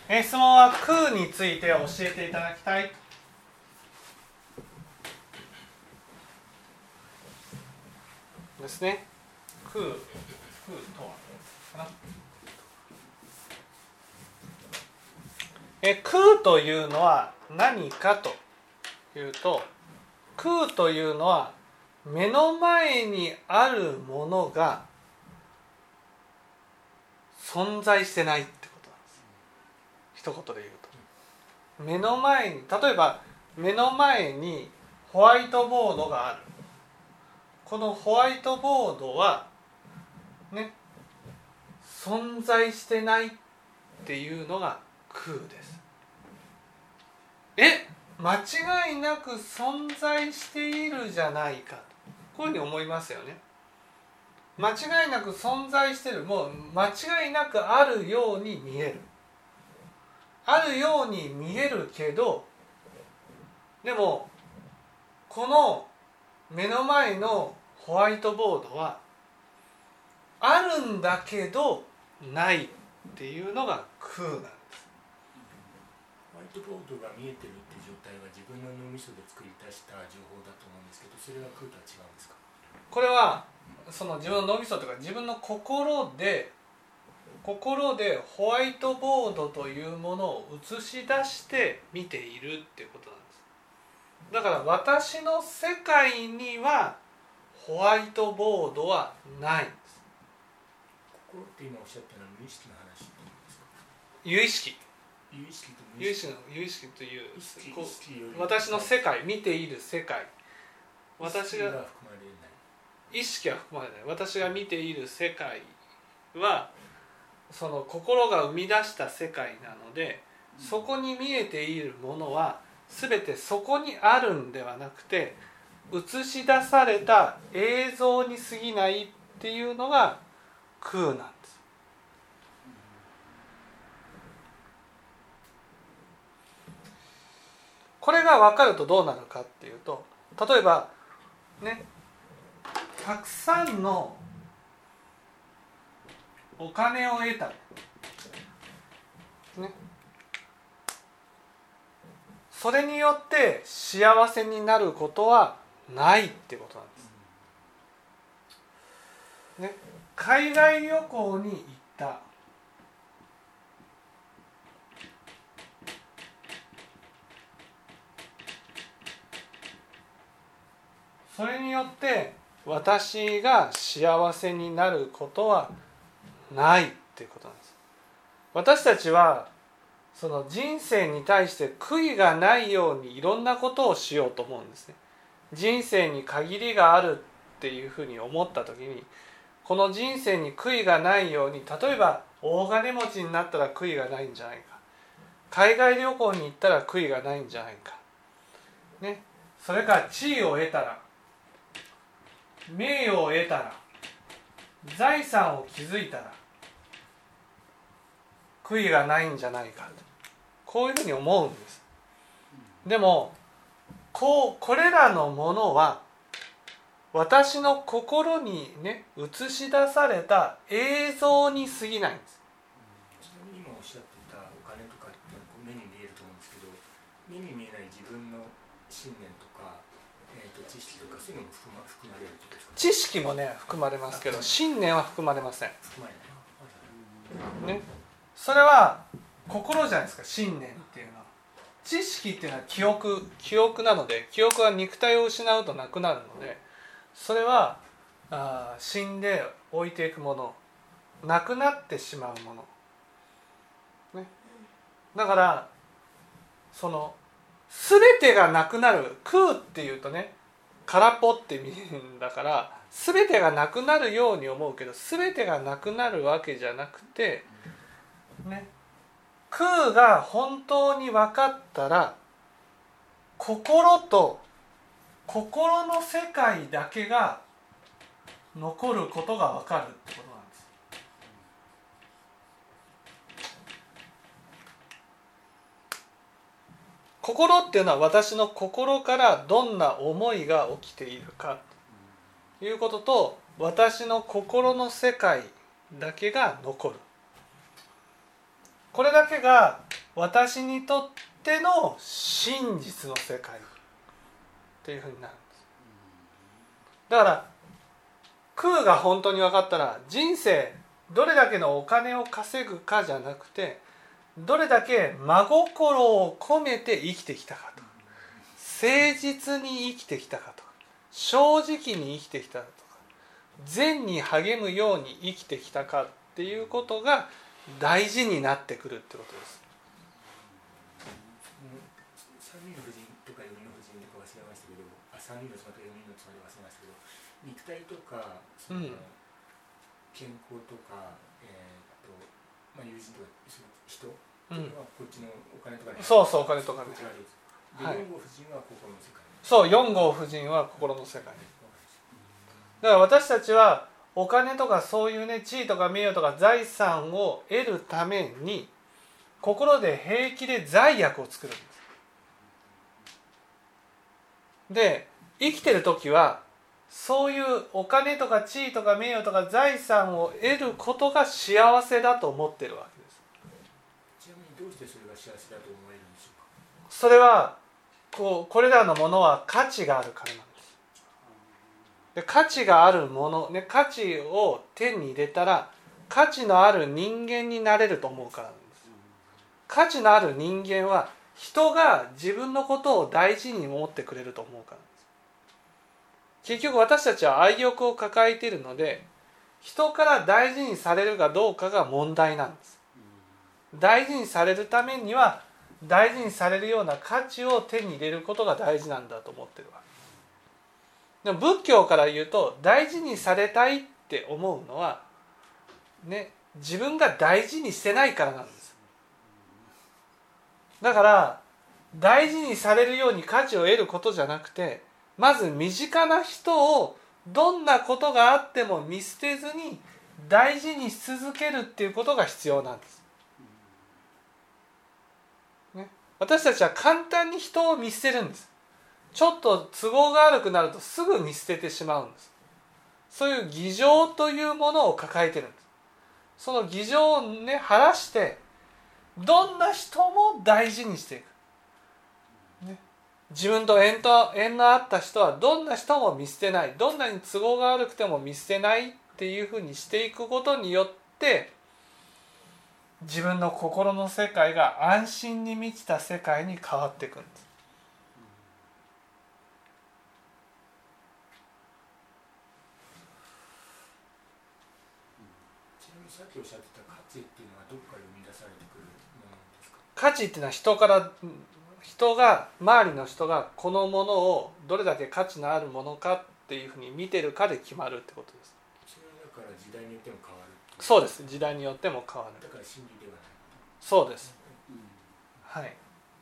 質問は空について教えていただきたいですね。空とはかな。空というのは何かというと、空というのは目の前にあるものが存在してないってことなんです。一言で言うと、目の前に、例えば目の前にホワイトボードがある。このホワイトボードはね、存在してないっていうのが空です。間違いなく存在しているじゃないか、こういうふうに思いますよね。間違いなく存在している、もう間違いなくあるように見える、あるように見えるけど、でもこの目の前のホワイトボードはあるんだけどないっていうのが空なんです。 ホワイトボードが見えてるっていう状態は自分の脳みそで作り出した情報だと思うんですけど、それは空とは違うんですか？ これはその自分の脳みそというか自分の心でホワイトボードというものを映し出して見ているっていうことなんです。だから私の世界にはホワイトボードはないんです。 心って今おっしゃったのは無意識の話っていうんですか？ 有意識、有意識という私の世界、見ている世界、私が意識は含まれない。私が見ている世界はその心が生み出した世界なので、そこに見えているものは全てそこにあるんではなくて、映し出された映像に過ぎないっていうのが空なんです。これが分かるとどうなるかっていうと、例えばね、たくさんのお金を得た、ね、それによって幸せになることはないってことなんです、ね、海外旅行に行った、それによって私が幸せになることはないっていうことなんです。私たちはその人生に対して悔いがないようにいろんなことをしようと思うんですね。人生に限りがあるっていうふうに思った時に、この人生に悔いがないように、例えば大金持ちになったら悔いがないんじゃないか、海外旅行に行ったら悔いがないんじゃないか、ね、それから地位を得たら、名誉を得たら、財産を築いたら悔いがないんじゃないか、こういうふうに思うんです。でもこれらのものは私の心にね、映し出された映像に過ぎないんです。 ちなみに今おっしゃっていたお金とかって目に見えると思うんですけど、目に見えない自分の信念とか、知識とかそういうのも含まれるとですか？ 知識もね含まれますけど、信念は含まれません。 含まれない。 ね、それは心じゃないですか。信念っていうのは、知識っていうのは記憶なので、記憶は肉体を失うとなくなるので、それは死んで置いていくもの、なくなってしまうもの、ね、だからその全てがなくなる、空っていうとね、空っぽって見えるんだから、全てがなくなるように思うけど、全てがなくなるわけじゃなくて、ね、空が本当に分かったら、心と心の世界だけが残ることが分かるってことなんです。心っていうのは私の心からどんな思いが起きているかということと、私の心の世界だけが残る。これだけが私にとっての真実の世界っていうふうになるんです。だから空が本当に分かったら、人生どれだけのお金を稼ぐかじゃなくて、どれだけ真心を込めて生きてきたかとか、誠実に生きてきたかとか、正直に生きてきたかとか、善に励むように生きてきたかっていうことが大事になってくるってことです。 三人の夫人とか四人の夫人とか忘れましたけど、三人の妻と四人の妻で忘れましたけど、肉体とかその、健康とか、友人とか人というのはこっちのお金とかね、 そうそう、お金とかね。 で、四号夫人は心の世界。 そう、四号夫人は心の世界。だから私たちはお金とかそういうね、地位とか名誉とか財産を得るために心で平気で罪悪を作るんです。で、生きてる時はそういうお金とか地位とか名誉とか財産を得ることが幸せだと思ってるわけです。 ちなみにどうしてそれが幸せだと思えるんでしょうか。 それはこれらのものは価値があるからなんです。で、価値があるもの、ね、価値を手に入れたら価値のある人間になれると思うからなんです。価値のある人間は人が自分のことを大事に思ってくれると思うからなんです。結局私たちは愛欲を抱えているので、人から大事にされるかどうかが問題なんです。大事にされるためには大事にされるような価値を手に入れることが大事なんだと思ってるわけで。でも仏教から言うと、大事にされたいって思うのはね、自分が大事にしてないからなんです。だから大事にされるように価値を得ることじゃなくて、まず身近な人をどんなことがあっても見捨てずに大事にし続けるっていうことが必要なんです、ね、私たちは簡単に人を見捨てるんです。ちょっと都合が悪くなるとすぐ見捨ててしまうんです。そういう偽情というものを抱えてるんです。その偽情をね、晴らしてどんな人も大事にしていく、ね、自分と縁のあった人はどんな人も見捨てない、どんなに都合が悪くても見捨てないっていうふうにしていくことによって、自分の心の世界が安心に満ちた世界に変わっていくんです。 ちなみにさっきおっしゃってた価値っていうのはどこから生み出されてくるものなんですか。 価値っていうのは周りの人がこのものをどれだけ価値のあるものかっていうふうに見てるかで決まるってことです。 それはだから時代によっても変わる。 そうです。時代によっても変わる。 だから真理ではない。 そうです、はい。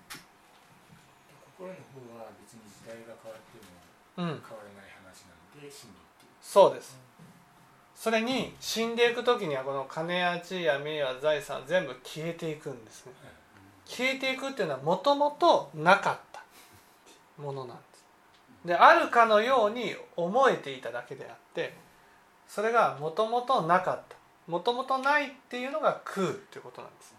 心の方は別に時代が変わっても変わらない話なので真理っていう、 そうです。それに死んでいく時にはこの金や地位や名誉や財産全部消えていくんですね。消えていくっていうのはもともとなかったものなんです。で、あるかのように思えていただけであって、それがもともとなかった、もともとないっていうのが空っていうことなんです。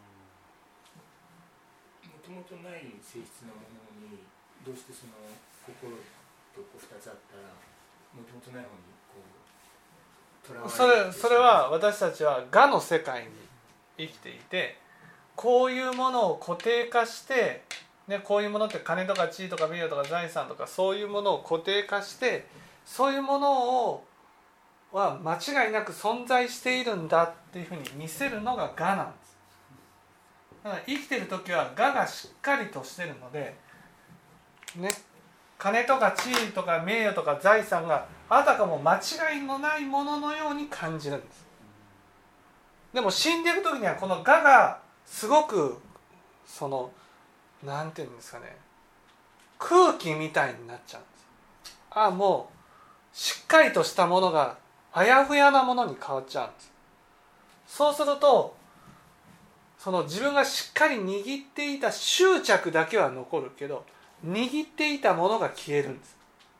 もともとない性質のものにどうしてその心と2つあったらもともとない方にとらわれて、 それは私たちは我の世界に生きていて、こういうものを固定化して、ね、こういうものって金とか地位とか名誉とか財産とかそういうものを固定化して、そういうものは間違いなく存在しているんだっていうふうに見せるのが我なんです。だから生きてる時は我がしっかりとしてるので、ね、金とか地位とか名誉とか財産があたかも間違いのないもののように感じるんです。でも死んでいく時にはこの我がすごくなんていうんですかね、空気みたいになっちゃうんです。もうしっかりとしたものがあやふやなものに変わっちゃうんです。そうすると自分がしっかり握っていた執着だけは残るけど、握っていたものが消えるんです。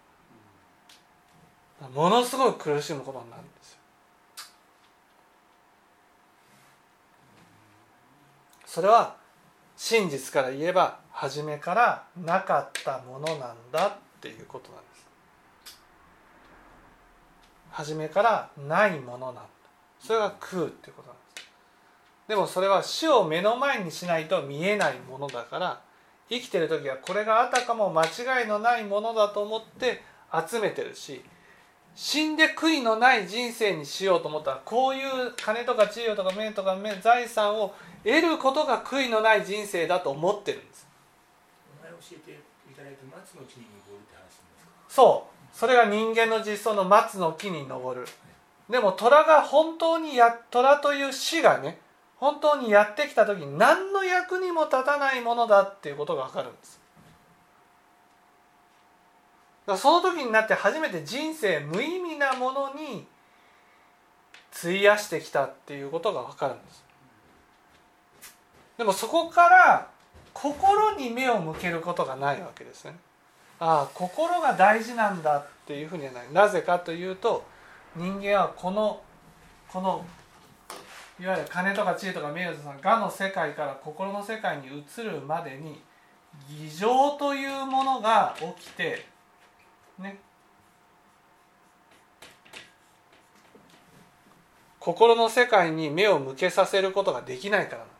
ものすごい苦しむことになるんですよ。それは真実から言えば初めからなかったものなんだっていうことなんです。初めからないものなんだ。それが空っていうことなんです。でもそれは死を目の前にしないと見えないものだから、生きてる時はこれがあたかも間違いのないものだと思って集めてるし、死んで悔いのない人生にしようと思ったら、こういう金とか地位とか名とか財産を得ることが悔いのない人生だと思ってるんです。 前教えていただいた松の木に登るって話なんですか。 そう、それが人間の実相の松の木に登る。でも虎が本当に虎という死がね、本当にやってきた時に何の役にも立たないものだっていうことが分かるんです。だからその時になって初めて人生無意味なものに費やしてきたっていうことが分かるんです。でもそこから心に目を向けることがないわけですね。ああ、心が大事なんだっていうふうにはない。なぜかというと、人間はこのいわゆる金とか地位とか名誉とか我の世界から心の世界に移るまでに偽情というものが起きてね、心の世界に目を向けさせることができないからなんです。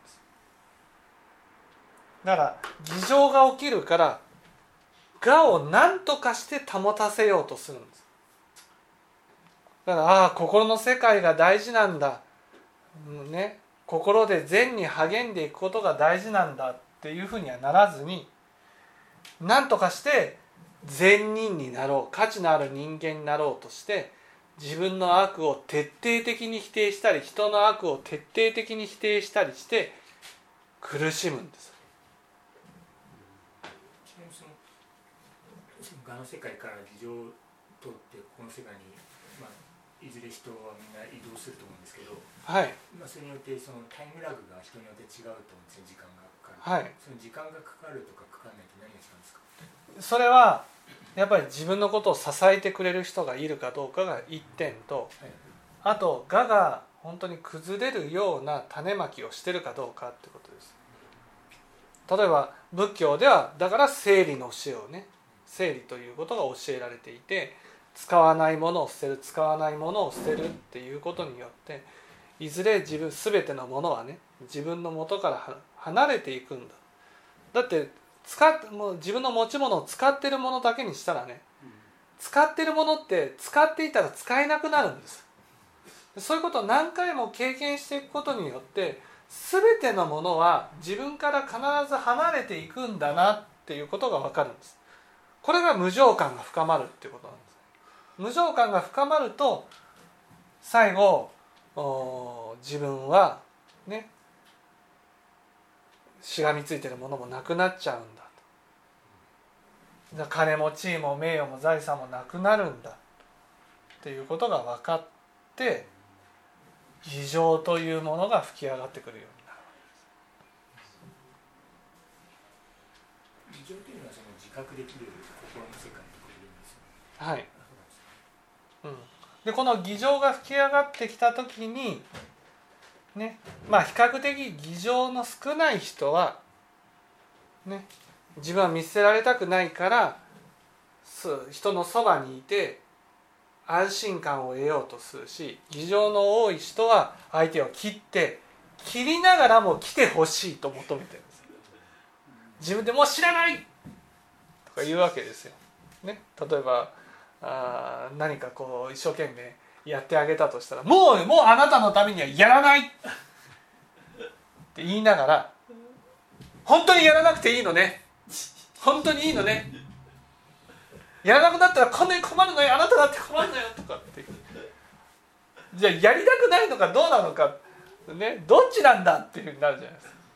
だから偽情が起きるから我を何とかして保たせようとするんです。だからああ、心の世界が大事なんだ、ね、心で善に励んでいくことが大事なんだっていうふうにはならずに、何とかして善人になろう、価値のある人間になろうとして自分の悪を徹底的に否定したり、人の悪を徹底的に否定したりして苦しむんです。 ちなみにその我の世界から偽情を通ってこの世界に、いずれ人はみんな移動すると思うんですけど、 はい、 それによってそのタイムラグが人によって違うと思うんですよ。時間がかかる、 はい、 その時間がかかるとかかかんないって何が違うんですか。 それはやっぱり自分のことを支えてくれる人がいるかどうかが一点と、 はい、 あと我が本当に崩れるような種まきをしてるかどうかってことです。例えば仏教ではだから整理の教えをね、整理ということが教えられていて、使わないものを捨てる、使わないものを捨てるっていうことによっていずれ全てのものはね、自分の元から離れていくんだ。だってもう自分の持ち物を使っているものだけにしたらね、使っているものって使っていたら使えなくなるんです。そういうことを何回も経験していくことによって全てのものは自分から必ず離れていくんだなっていうことが分かるんです。これが無常感が深まるっていうことなんです。無常感が深まると最後自分はね、しがみついているものもなくなっちゃうんだと。金も地位も名誉も財産もなくなるんだっていうことが分かって、偽情というものが吹き上がってくるようになる。 偽情というのはその自覚できる心の世界という意味ですよね。 はい、でこの偽情が吹き上がってきた時にね、比較的偽情の少ない人はね、自分は見捨てられたくないから人のそばにいて安心感を得ようとするし、偽情の多い人は相手を切りながらも来てほしいと求めてるんです。自分でもう知らないとか言うわけですよ、ね、例えば何かこう一生懸命やってあげたとしたら、もうあなたのためにはやらないって言いながら、本当にやらなくていいのね、本当にいいのね、やらなくなったらこんなに困るのよ、あなただって困るのよとかって、じゃあやりたくないのかどうなのか、ね、どっちなんだっていうふうになるじゃないですか、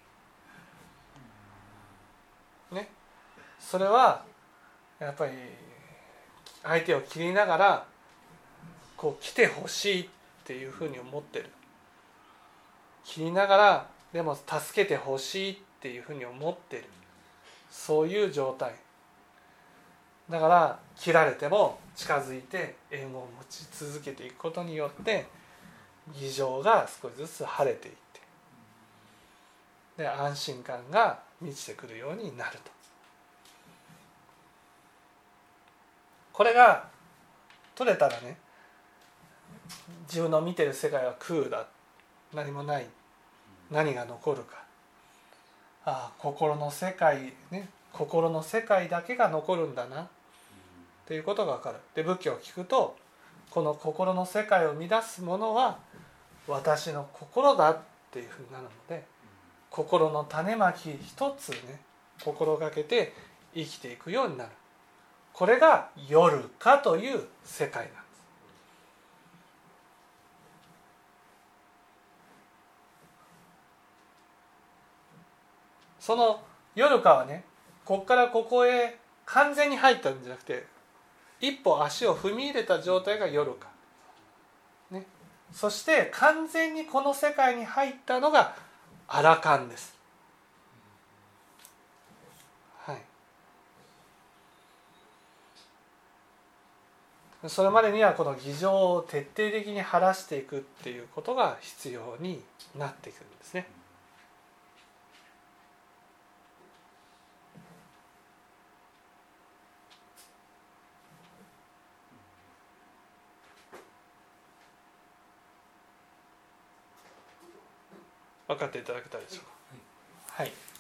ね、それはやっぱり相手を切りながらこう来てほしいっていうふうに思ってる。切りながらでも助けてほしいっていうふうに思ってる。そういう状態だから、切られても近づいて縁を持ち続けていくことによって偽情が少しずつ晴れていって、 で安心感が満ちてくるようになると。これが取れたらね、自分の見てる世界は空だ、何もない、何が残るか、ああ心の世界ね、心の世界だけが残るんだなっていうことが分かる。で仏教を聞くと、この心の世界を乱すものは私の心だっていうふうになるので、心の種まき一つね心がけて生きていくようになる。これが夜かという世界なんです。その夜かはね、ここからここへ完全に入ったんじゃなくて、一歩足を踏み入れた状態が夜か、ね、そして完全にこの世界に入ったのがアラカンです。はい。それまでにはこの偽情を徹底的に晴らしていくっていうことが必要になってくるんですね。分かっていただけたでしょうか。はい。